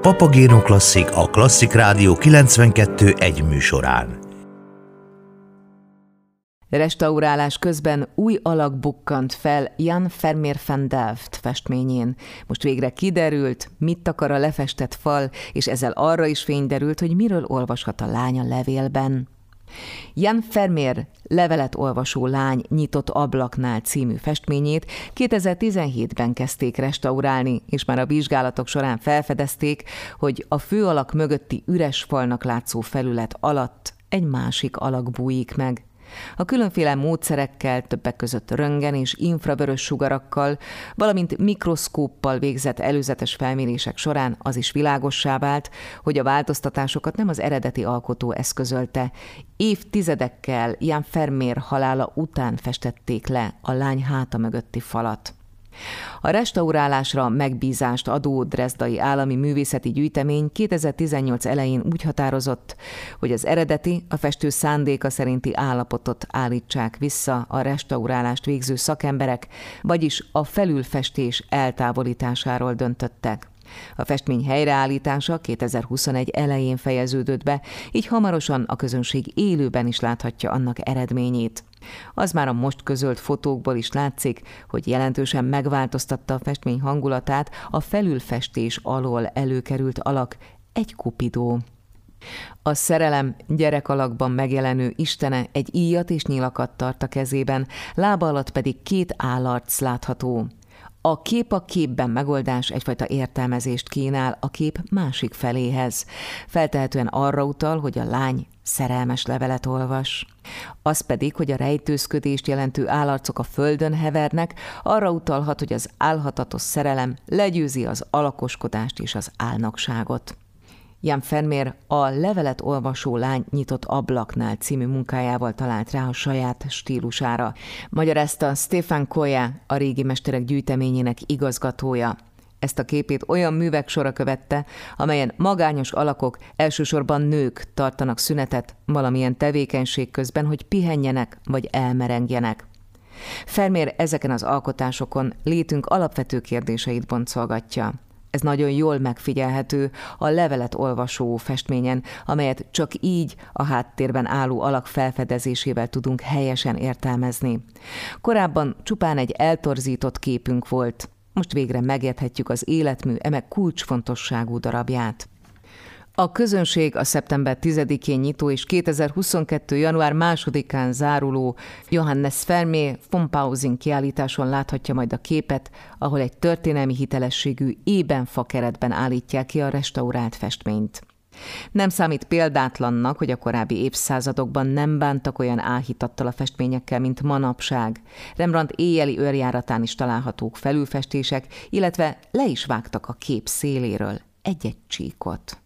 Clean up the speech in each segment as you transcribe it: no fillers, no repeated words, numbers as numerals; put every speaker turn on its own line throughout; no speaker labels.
Papagéno Klasszik a Klasszik Rádió 92.1 műsorán.
Restaurálás közben új alak bukkant fel Jan Vermeer van Delft festményén. Most végre kiderült, mit akar a lefestett fal, és ezzel arra is fény derült, hogy miről olvashat a lány a levélben. Jan Vermeer Levelet olvasó lány nyitott ablaknál című festményét 2017-ben kezdték restaurálni, és már a vizsgálatok során felfedezték, hogy a főalak mögötti üres falnak látszó felület alatt egy másik alak bújik meg. A különféle módszerekkel, többek között röntgen és infravörös sugarakkal, valamint mikroszkóppal végzett előzetes felmérések során az is világossá vált, hogy a változtatásokat nem az eredeti alkotó eszközölte. Évtizedekkel Jan Vermeer halála után festették le a lány háta mögötti falat. A restaurálásra megbízást adó Dresdai Állami Művészeti Gyűjtemény 2018 elején úgy határozott, hogy az eredeti, a festő szándéka szerinti állapotot állítsák vissza a restaurálást végző szakemberek, vagyis a felülfestés eltávolításáról döntöttek. A festmény helyreállítása 2021 elején fejeződött be, így hamarosan a közönség élőben is láthatja annak eredményét. Az már a most közölt fotókból is látszik, hogy jelentősen megváltoztatta a festmény hangulatát a felülfestés alól előkerült alak, egy Kupidó. A szerelem gyerekalakban megjelenő istene egy íjat és nyilakat tart a kezében, lába alatt pedig két állarc látható. A kép a képben megoldás egyfajta értelmezést kínál a kép másik feléhez. Feltehetően arra utal, hogy a lány szerelmes levelet olvas. Az pedig, hogy a rejtőzködést jelentő állarcok a földön hevernek, arra utalhat, hogy az álhatatos szerelem legyőzi az alakoskodást és az álnokságot. Jan Vermeer a Levelet olvasó lány nyitott ablaknál című munkájával talált rá a saját stílusára. Magyarázta Stefan Koya, a Régi Mesterek Gyűjteményének igazgatója. Ezt a képét olyan művek sora követte, amelyen magányos alakok, elsősorban nők tartanak szünetet valamilyen tevékenység közben, hogy pihenjenek vagy elmerengjenek. Vermeer ezeken az alkotásokon létünk alapvető kérdéseit boncolgatja. Ez nagyon jól megfigyelhető a Levelet olvasó festményen, amelyet csak így a háttérben álló alak felfedezésével tudunk helyesen értelmezni. Korábban csupán egy eltorzított képünk volt, most végre megérthetjük az életmű eme kulcsfontosságú darabját. A közönség a szeptember 10-én nyitó és 2022. január 2-án záruló Johannes Vermeer von Pausing kiállításon láthatja majd a képet, ahol egy történelmi hitelességű ébénfa keretben állítják ki a restaurált festményt. Nem számít példátlannak, hogy a korábbi évszázadokban nem bántak olyan áhítattal a festményekkel, mint manapság. Rembrandt éjjeli őrjáratán is találhatók felülfestések, illetve le is vágtak a kép széléről egy-egy csíkot.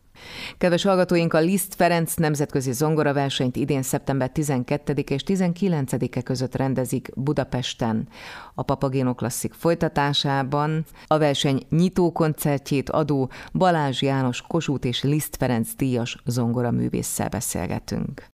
Kedves hallgatóink, a Liszt Ferenc nemzetközi zongoraversenyt idén szeptember 12 és 19-e között rendezik Budapesten. A Papagéno Klasszik folytatásában a verseny nyitókoncertjét adó Balázs János Kossuth és Liszt Ferenc díjas zongoraművésszel beszélgetünk.